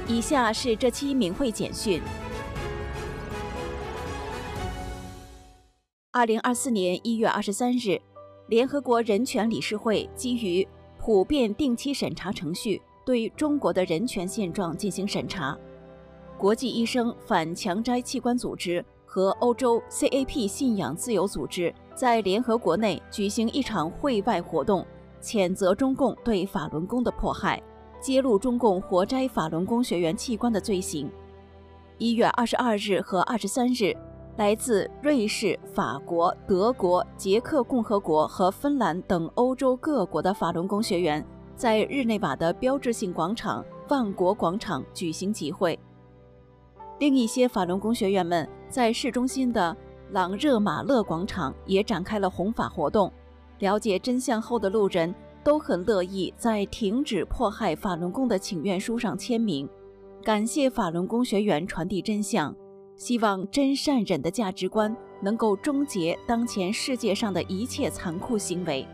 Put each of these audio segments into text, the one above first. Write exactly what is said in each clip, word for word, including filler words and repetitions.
以下是这期明慧简讯。二零二四年一月二十三日，联合国人权理事会基于普遍定期审查程序对中国的人权现状进行审查。国际医生反强摘器官组织和欧洲 C A P 信仰自由组织在联合国内举行一场会外活动，谴责中共对法轮功的迫害，揭露中共活摘法轮功学员器官的罪行。一月二十二日和二十三日，来自瑞士、法国、德国、捷克共和国和芬兰等欧洲各国的法轮功学员在日内瓦的标志性广场万国广场举行集会。另一些法轮功学员们在市中心的朗热马勒广场也展开了弘法活动。了解真相后的路人都很乐意在停止迫害法轮功的请愿书上签名，感谢法轮功学员传递真相，希望真善忍的价值观能够终结当前世界上的一切残酷行为。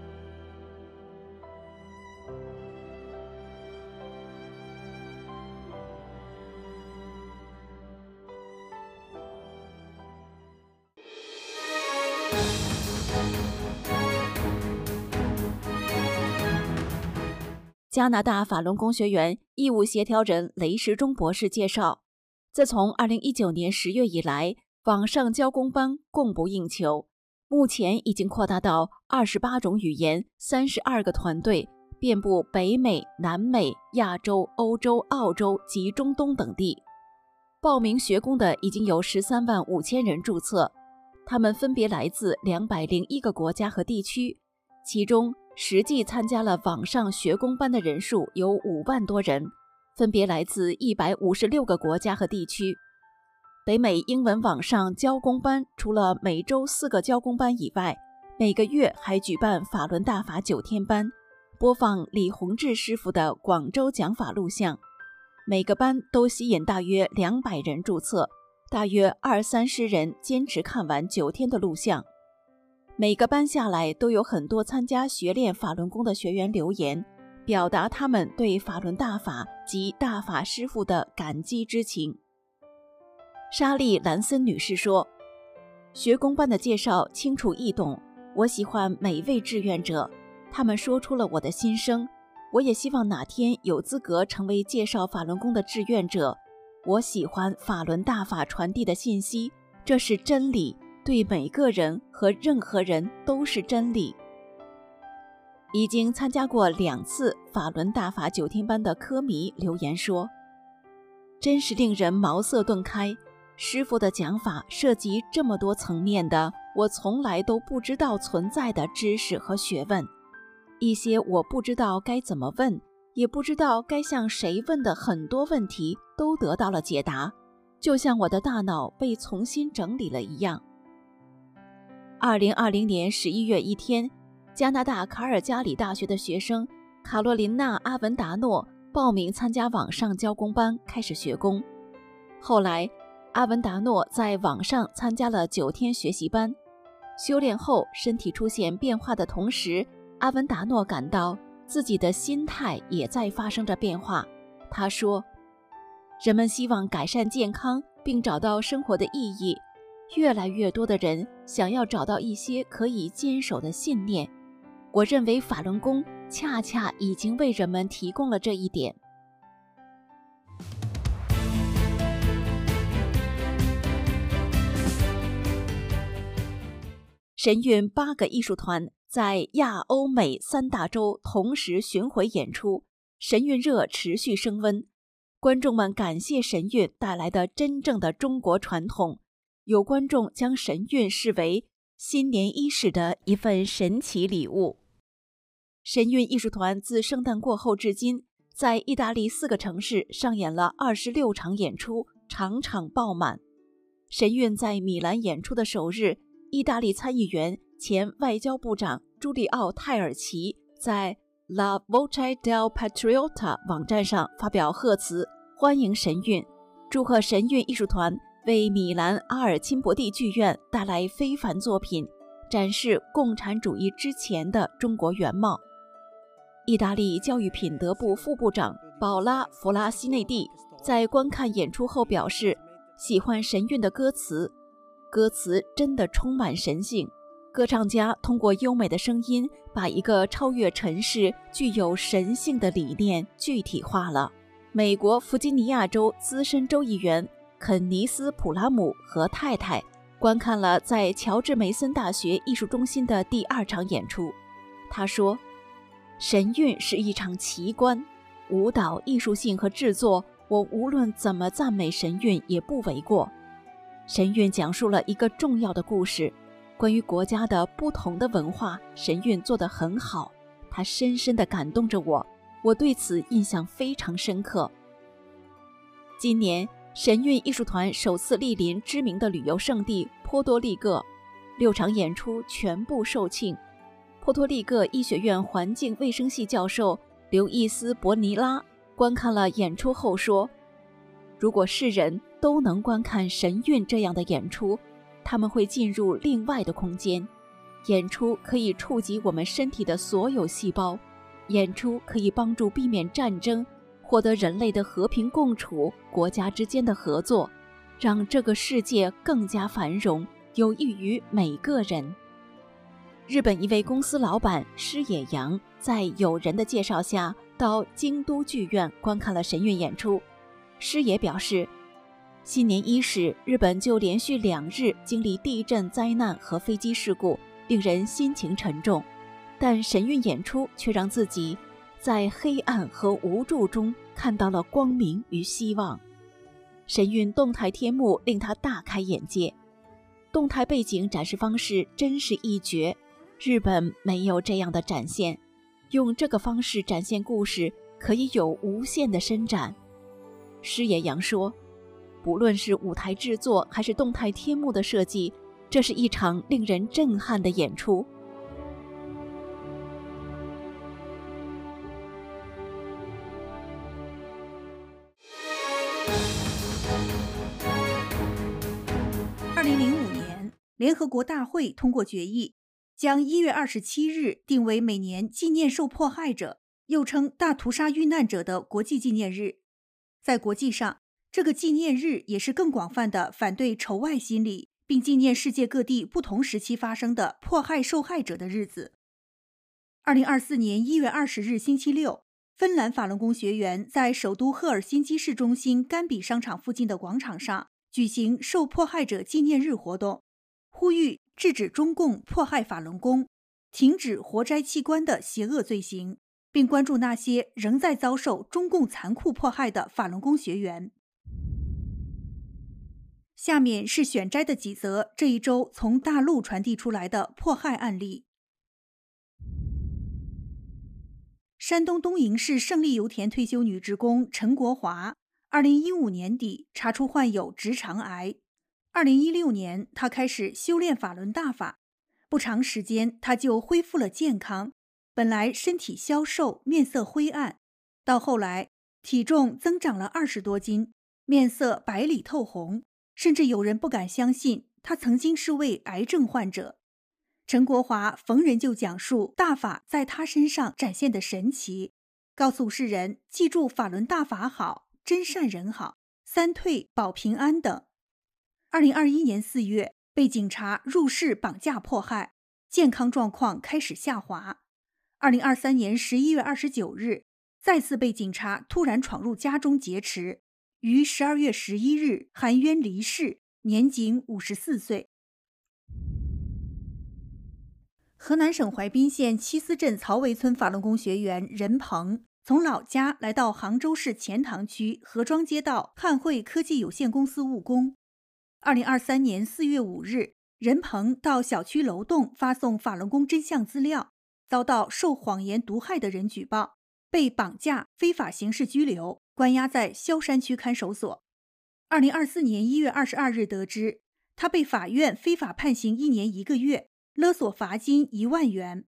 加拿大法轮功学员义务协调人雷时中博士介绍，自从二零一九年十月以来，网上教功班供不应求，目前已经扩大到二十八种语言、三十二个团队，遍布北美、南美、亚洲、欧洲、澳洲及中东等地。报名学功的已经有十三万五千人注册，他们分别来自两百零一个国家和地区，其中实际参加了网上学功班的人数有五万多人，分别来自一百五十六个国家和地区。北美英文网上教功班除了每周四个教功班以外，每个月还举办法轮大法九天班，播放李洪志师傅的广州讲法录像。每个班都吸引大约两百人注册，大约二三十人坚持看完九天的录像。每个班下来都有很多参加学练法轮功的学员留言，表达他们对法轮大法及大法师父的感激之情。莎莉·兰森女士说，学功班的介绍清楚易懂，我喜欢每位志愿者，他们说出了我的心声，我也希望哪天有资格成为介绍法轮功的志愿者。我喜欢法轮大法传递的信息，这是真理，对每个人和任何人都是真理。已经参加过两次法轮大法九天班的科迷留言说，真是令人茅塞顿开，师父的讲法涉及这么多层面的我从来都不知道存在的知识和学问，一些我不知道该怎么问，也不知道该向谁问的很多问题都得到了解答，就像我的大脑被重新整理了一样。二零二零年十一月一天，加拿大卡尔加里大学的学生卡洛琳娜·阿文达诺报名参加网上教功班，开始学功。后来，阿文达诺在网上参加了九天学习班，修炼后身体出现变化的同时，阿文达诺感到自己的心态也在发生着变化。他说，人们希望改善健康并找到生活的意义，越来越多的人想要找到一些可以坚守的信念。我认为法轮功恰恰已经为人们提供了这一点。神韵八个艺术团在亚欧美三大洲同时巡回演出，神韵热持续升温。观众们感谢神韵带来的真正的中国传统，有观众将神韵视为新年伊始的一份神奇礼物。神韵艺术团自圣诞过后至今，在意大利四个城市上演了二十六场演出，场场爆满。神韵在米兰演出的首日，意大利参议员、前外交部长朱利奥·泰尔奇在 La Voce del Patriota 网站上发表贺词，欢迎神韵，祝贺神韵艺术团为米兰阿尔钦博蒂剧院带来非凡作品，展示共产主义之前的中国原貌。意大利教育品德部副部长宝拉·弗拉西内蒂在观看演出后表示，喜欢神韵的歌词，歌词真的充满神性。歌唱家通过优美的声音，把一个超越尘世、具有神性的理念具体化了。美国弗吉尼亚州资深州议员肯尼斯·普拉姆和太太观看了在乔治梅森大学艺术中心的第二场演出。他说，神韵是一场奇观，舞蹈艺术性和制作，我无论怎么赞美神韵也不为过。神韵讲述了一个重要的故事，关于国家的不同的文化，神韵做得很好，它深深地感动着我，我对此印象非常深刻。今年神韵艺术团首次莅临知名的旅游胜地波多黎各，六场演出全部售罄。波多黎各医学院环境卫生系教授刘易斯·伯尼拉观看了演出后说，如果世人都能观看神韵这样的演出，他们会进入另外的空间。演出可以触及我们身体的所有细胞，演出可以帮助避免战争，获得人类的和平共处，国家之间的合作，让这个世界更加繁荣，有益于每个人。日本一位公司老板矢野洋在友人的介绍下到京都剧院观看了神韵演出。矢野表示，新年伊始，日本就连续两日经历地震灾难和飞机事故，令人心情沉重，但神韵演出却让自己在黑暗和无助中看到了光明与希望。神韵动态天幕令他大开眼界，动态背景展示方式真是一绝，日本没有这样的展现，用这个方式展现故事可以有无限的伸展。矢野洋说，不论是舞台制作还是动态天幕的设计，这是一场令人震撼的演出。 二零零五年，联合国大会通过决议，将一月二十七日定为每年纪念受迫害者，又称大屠杀遇难者的国际纪念日。在国际上，这个纪念日也是更广泛的反对仇外心理，并纪念世界各地不同时期发生的迫害受害者的日子。二零二四年一月二十日星期六，芬兰法轮功学员在首都赫尔辛基市中心甘比商场附近的广场上举行受迫害者纪念日活动，呼吁制止中共迫害法轮功，停止活摘器官的邪恶罪行，并关注那些仍在遭受中共残酷迫害的法轮功学员。下面是选摘的几则这一周从大陆传递出来的迫害案例。山东东营市胜利油田退休女职工陈国华，二零一五年底查出患有直肠癌。二零一六年，她开始修炼法轮大法，不长时间她就恢复了健康。本来身体消瘦，面色灰暗，到后来体重增长了二十多斤，面色白里透红，甚至有人不敢相信她曾经是位癌症患者。陈国华逢人就讲述大法在他身上展现的神奇，告诉世人记住法轮大法好，真善人好，三退保平安等。二零二一年四月被警察入室绑架迫害，健康状况开始下滑。二零二三年十一月二十九日，再次被警察突然闯入家中劫持，于十二月十一日含冤离世，年仅五十四岁。河南省怀滨县七司镇曹围村法轮功学员任鹏，从老家来到杭州市钱塘区河庄街道汉汇科技有限公司务工。二零二三年四月五日，任鹏到小区楼栋发送法轮功真相资料，遭到受谎言毒害的人举报，被绑架、非法刑事拘留，关押在萧山区看守所。二零二四年一月二十二日得知，他被法院非法判刑一年一个月，勒索罚金一万元。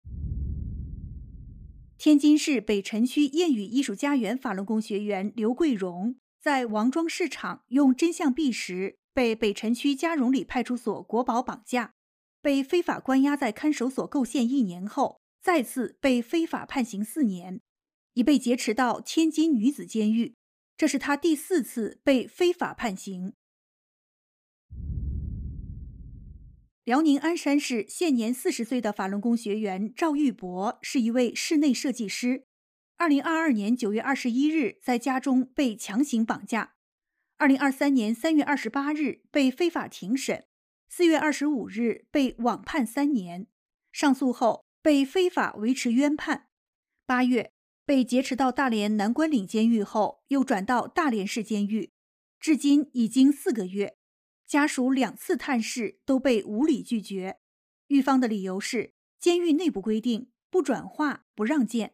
天津市北辰区谚语艺术家园法轮功学员刘桂荣在王庄市场用真相币时，被北辰区嘉荣里派出所国保绑架，被非法关押在看守所构陷一年后，再次被非法判刑四年。 已被劫持到天津女子监狱，这是他第四次被非法判刑。辽宁鞍山市现年四十岁的法轮功学员赵玉博是一位室内设计师。二零二二年九月二十一日在家中被强行绑架，二零二三年三月二十八日被非法庭审，四月二十五日被网判三年，上诉后被非法维持冤判。八月被劫持到大连南关岭监狱后，又转到大连市监狱，至今已经四个月。家属两次探视都被无理拒绝，狱方的理由是监狱内部规定不转化不让见。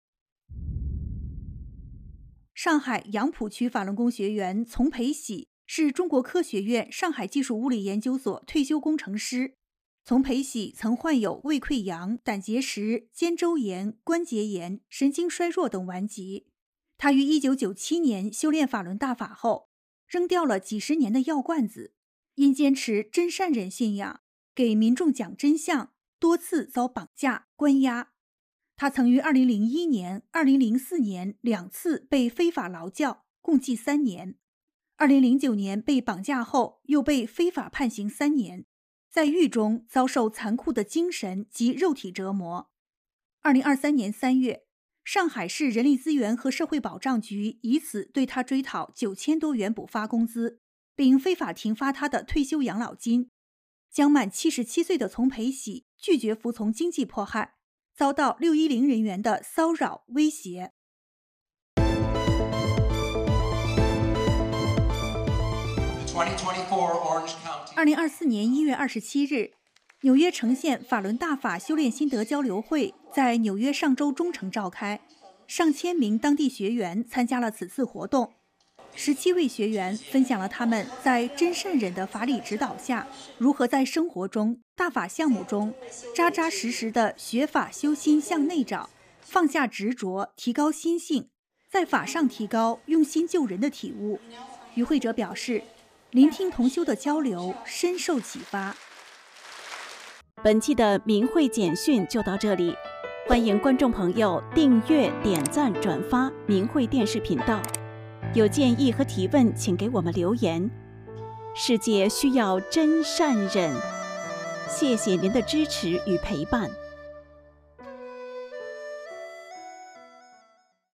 上海杨浦区法轮功学员丛培喜是中国科学院上海技术物理研究所退休工程师。丛培喜曾患有胃溃疡、胆结石、肩周炎、关节炎、神经衰弱等顽疾。他于一九九七年修炼法轮大法后，扔掉了几十年的药罐子，因坚持真善忍信仰，给民众讲真相，多次遭绑架关押。他曾于二零零一年、二零零四年两次被非法劳教，共计三年。二零零九年被绑架后，又被非法判刑三年，在狱中遭受残酷的精神及肉体折磨。二零二三年三月，上海市人力资源和社会保障局以此对他追讨九千多元补发工资，并非法停发他的退休养老金。将满七十七岁的丛培喜拒绝服从经济迫害，遭到六一零人员的骚扰威胁。二零二四年一月二十七日，纽约城县法轮大法修炼心得交流会在纽约上州中城召开，上千名当地学员参加了此次活动。十七位学员分享了他们在真善忍的法理指导下，如何在生活中、大法项目中扎扎实实的学法修心向内找，放下执着，提高心性，在法上提高用心救人的体悟。与会者表示，聆听同修的交流，深受启发。 本期的明慧简讯就到这里，欢迎观众朋友订阅、点赞、转发明慧电视频道。有建议和提问，请给我们留言。世界需要真善忍，谢谢您的支持与陪伴。